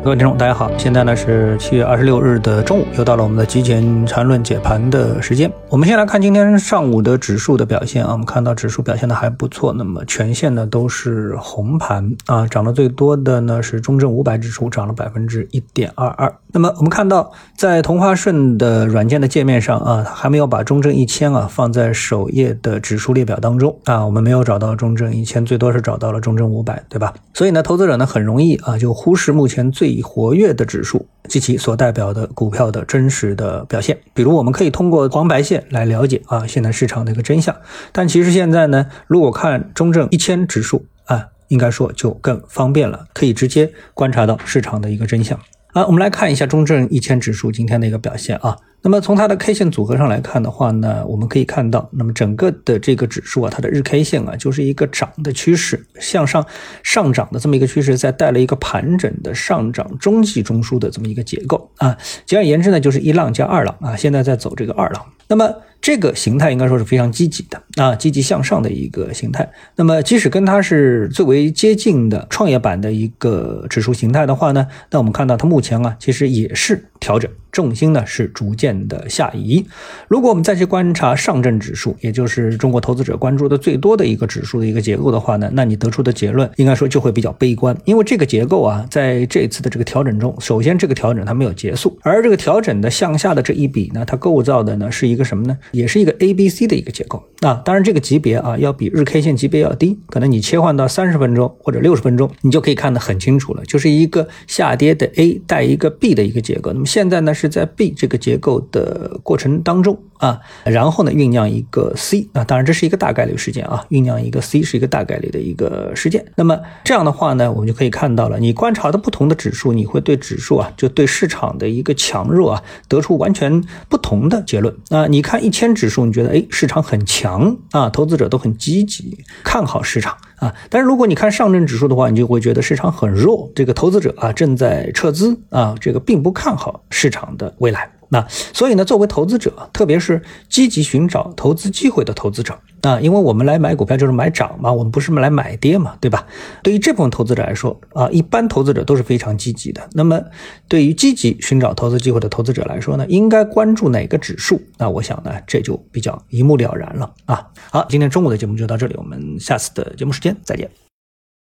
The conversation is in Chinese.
各位听众大家好，现在呢是7月26日的中午，又到了我们的极简缠论解盘的时间。我们先来看今天上午的指数的表现啊，我们看到指数表现的还不错，那么全线呢都是红盘啊，涨得最多的呢是中证500指数，涨了 1.22%。那么我们看到在同花顺的软件的界面上啊，还没有把中证1000啊放在首页的指数列表当中啊，我们没有找到中证1000，最多是找到了中证500，对吧？所以呢，投资者呢很容易啊就忽视目前最活跃的指数及其所代表的股票的真实的表现。比如我们可以通过黄白线来了解啊现在市场的一个真相，但其实现在呢，如果看中证1000指数啊，应该说就更方便了，可以直接观察到市场的一个真相。我们来看一下中证1000指数今天的一个表现啊。那么从它的 K 线组合上来看的话呢，我们可以看到，那么整个的这个指数啊，它的日 K 线啊，就是一个涨的趋势，向上上涨的这么一个趋势，再带了一个盘整的上涨中继中枢的这么一个结构啊。简而言之呢，就是一浪加二浪啊，现在在走这个二浪。那么这个形态应该说是非常积极的啊，积极向上的一个形态。那么即使跟它是最为接近的创业板的一个指数形态的话呢，那我们看到它目前啊，其实也是调整，重心呢是逐渐的下移。如果我们再去观察上证指数，也就是中国投资者关注的最多的一个指数的一个结构的话呢，那你得出的结论应该说就会比较悲观，因为这个结构啊，在这次的这个调整中，首先这个调整它没有结束，而这个调整的向下的这一笔呢，它构造的呢是一个什么呢？也是一个 ABC 的一个结构啊。当然这个级别啊要比日 K 线级别要低，可能你切换到30分钟或者60分钟，你就可以看得很清楚了，就是一个下跌的 A 带一个 B 的一个结构。那么现在呢是在 B 这个结构的过程当中啊，然后呢酝酿一个 C 啊，当然这是一个大概率事件啊，酝酿一个 C 是一个大概率的一个事件。那么这样的话呢，我们就可以看到了，你观察的不同的指数，你会对指数啊，就对市场的一个强弱啊，得出完全不同的结论啊。你看1000指数，你觉得市场很强啊，投资者都很积极看好市场啊，但是如果你看上证指数的话，你就会觉得市场很弱，这个投资者啊正在撤资啊，这个并不看好市场的未来。那所以呢，作为投资者，特别是积极寻找投资机会的投资者啊，因为我们来买股票就是买涨嘛，我们不是来买跌嘛，对吧？对于这部分投资者来说啊，一般投资者都是非常积极的。那么对于积极寻找投资机会的投资者来说呢，应该关注哪个指数？那我想呢，这就比较一目了然了啊。好，今天中午的节目就到这里，我们下次的节目时间再见。